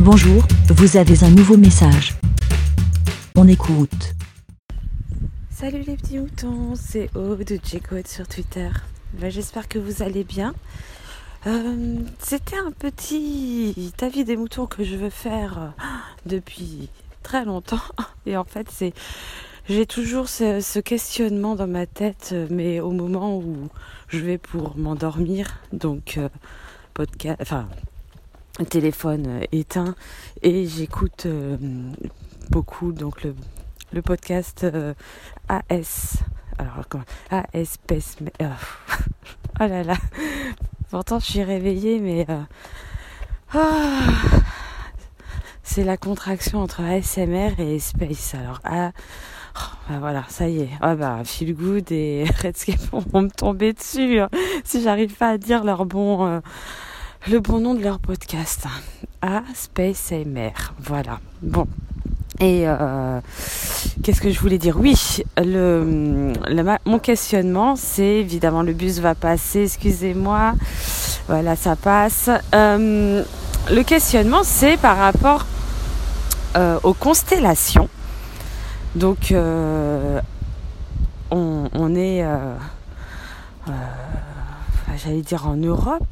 Bonjour, vous avez un nouveau message. On écoute. Salut les petits moutons, c'est Aude de J-Code sur Twitter. J'espère que vous allez bien. C'était un petit avis des moutons que je veux faire depuis très longtemps. Et en fait, j'ai toujours ce questionnement dans ma tête, mais au moment où je vais pour m'endormir, donc téléphone éteint, et j'écoute beaucoup donc le podcast AS. Alors comment AS Pace. Oh là là. Pourtant je suis réveillée, mais c'est la contraction entre ASMR et Space. Alors voilà, ça y est. Feel Good et Redscape vont me tomber dessus si j'arrive pas à dire le bon nom de leur podcast. Space AMR. Voilà. Bon. Et qu'est-ce que je voulais dire ? Oui, mon questionnement, c'est évidemment le bus va passer, excusez-moi. Voilà, ça passe. Le questionnement, c'est par rapport aux constellations. Donc, on est, j'allais dire en Europe,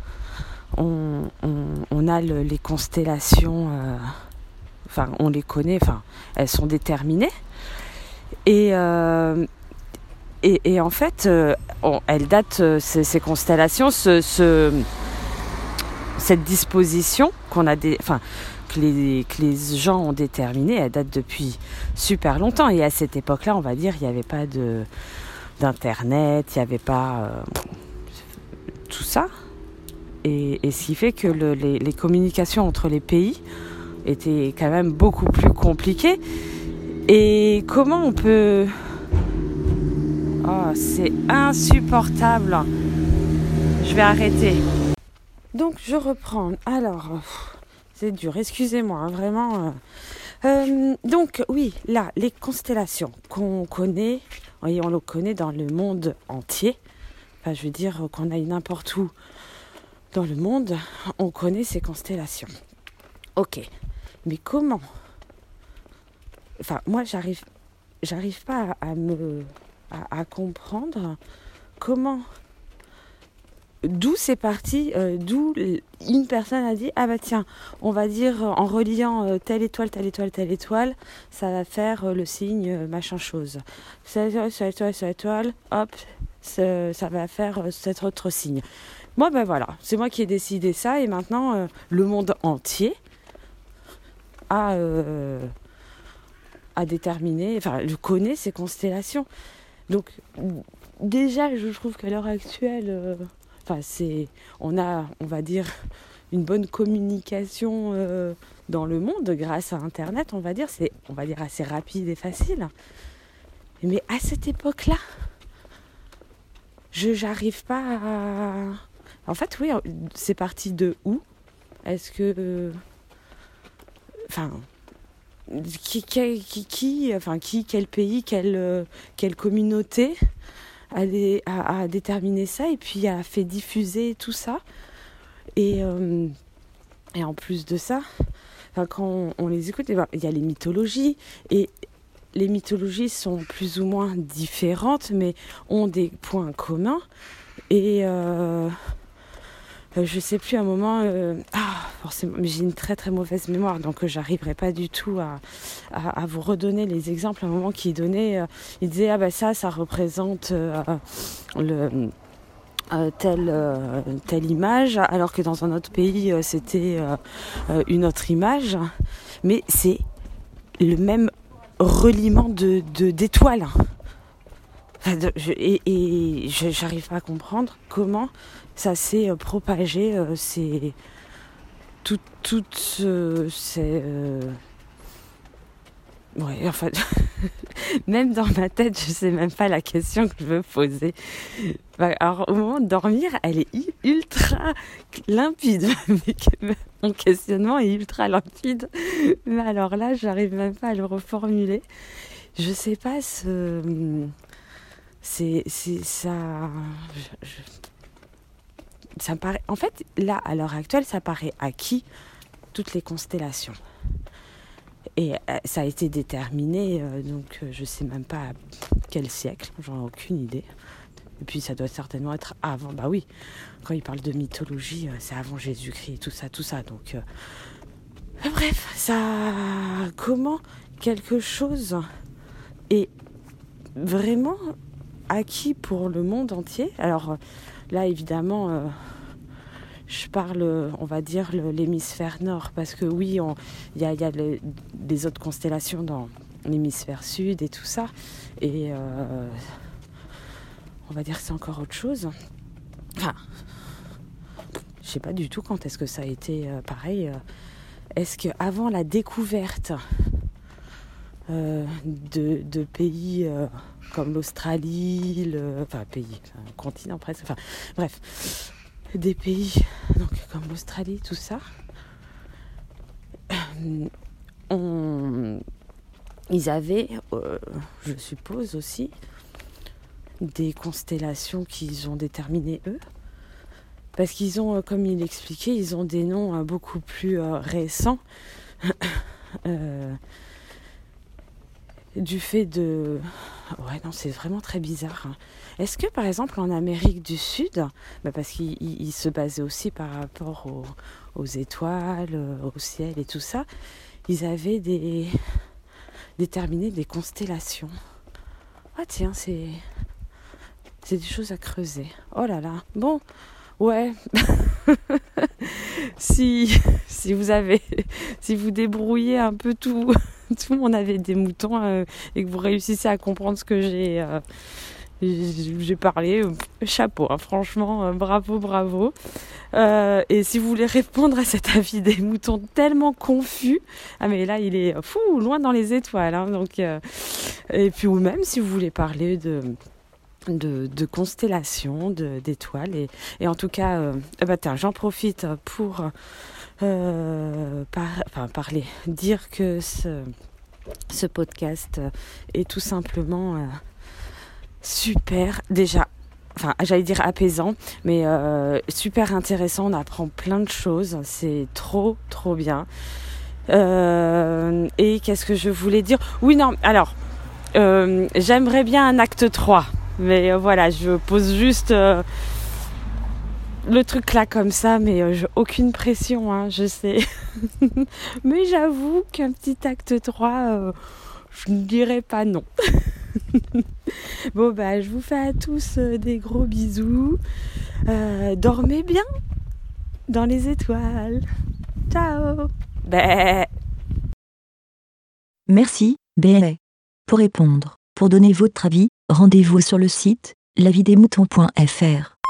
on a les constellations. On les connaît, elles sont déterminées. Et en fait, elles datent, ces constellations, cette disposition que les gens ont déterminée, elle date depuis super longtemps. Et à cette époque-là, on va dire, il n'y avait pas d'internet, il n'y avait pas tout ça. Et ce qui fait que les communications entre les pays était quand même beaucoup plus compliqué. Et comment on peut... Oh, c'est insupportable. Je vais arrêter. Donc, je reprends. Alors, c'est dur, excusez-moi, vraiment. Donc, oui, là, les constellations qu'on connaît, on le connaît dans le monde entier. Je veux dire qu'on aille n'importe où dans le monde, on connaît ces constellations. Ok. Mais comment ? Moi, j'arrive pas à comprendre comment, d'où c'est parti, d'où une personne a dit, tiens, on va dire en reliant telle étoile, ça va faire le signe machin chose. Cette étoile, hop, ça va faire cet autre signe. Moi, voilà, c'est moi qui ai décidé ça, et maintenant, le monde entier à déterminer, je connais ces constellations. Donc déjà, je trouve qu'à l'heure actuelle, on va dire, une bonne communication dans le monde grâce à Internet, on va dire assez rapide et facile. Mais à cette époque-là, j'arrive pas à... En fait, oui, c'est parti de où ? Est-ce que... quel pays, quelle communauté a déterminé ça et puis a fait diffuser tout ça. Et en plus de ça, quand on les écoute, il y a les mythologies, et les mythologies sont plus ou moins différentes, mais ont des points communs. Et je sais plus, à un moment, forcément, mais j'ai une très très mauvaise mémoire, donc j'arriverai pas du tout à vous redonner les exemples. À un moment qu'il donnait, il disait ça représente telle image, alors que dans un autre pays c'était une autre image, mais c'est le même reliement d'étoiles. J'arrive pas à comprendre comment ça s'est propagé, même dans ma tête, je sais même pas la question que je veux poser. Alors, au moment de dormir, elle est ultra limpide. Mon questionnement est ultra limpide. Mais alors là, j'arrive même pas à le reformuler. Je sais pas c'est ça... ça me paraît... En fait, là, à l'heure actuelle, ça paraît acquis toutes les constellations. Et ça a été déterminé, donc je sais même pas à quel siècle, j'en ai aucune idée. Et puis ça doit certainement être avant, bah oui, quand il parle de mythologie, c'est avant Jésus-Christ, tout ça. Donc, bref, comment quelque chose est vraiment acquis pour le monde entier. Alors là, évidemment, je parle, on va dire, l'hémisphère nord, parce que oui, il y a les autres constellations dans l'hémisphère sud et tout ça. Et on va dire que c'est encore autre chose. Enfin, je sais pas du tout quand est-ce que ça a été pareil. Est-ce qu'avant la découverte de pays comme l'Australie, un continent presque, enfin bref, des pays donc, comme l'Australie, tout ça, ils avaient, je suppose aussi, des constellations qu'ils ont déterminées eux, parce qu'ils ont, comme il expliquait, ils ont des noms beaucoup plus récents du fait de... Ouais, non, c'est vraiment très bizarre. Est-ce que, par exemple, en Amérique du Sud, parce qu'ils se basaient aussi par rapport aux étoiles, au ciel et tout ça, ils avaient déterminé des constellations. Ah tiens, c'est des choses à creuser. Oh là là. Bon, ouais. si vous débrouillez un peu tout le monde avait des moutons et que vous réussissez à comprendre ce que j'ai parlé, chapeau, hein, franchement, bravo. Et si vous voulez répondre à cet avis des moutons tellement confus, mais là il est loin dans les étoiles, hein, donc et puis ou même si vous voulez parler de constellations, d'étoiles et en tout cas, tiens, j'en profite pour parler, dire que ce podcast est tout simplement super, déjà, j'allais dire apaisant, mais super intéressant, on apprend plein de choses, c'est trop bien. Et qu'est-ce que je voulais dire ? Oui, non, alors, j'aimerais bien un acte 3, mais voilà, je pose juste le truc là comme ça, mais j'ai aucune pression, hein, je sais. Mais j'avoue qu'un petit acte 3, je ne dirais pas non. Bon, je vous fais à tous des gros bisous. Dormez bien dans les étoiles. Ciao. Merci, BLA. Pour répondre, pour donner votre avis, rendez-vous sur le site lavidesmoutons.fr.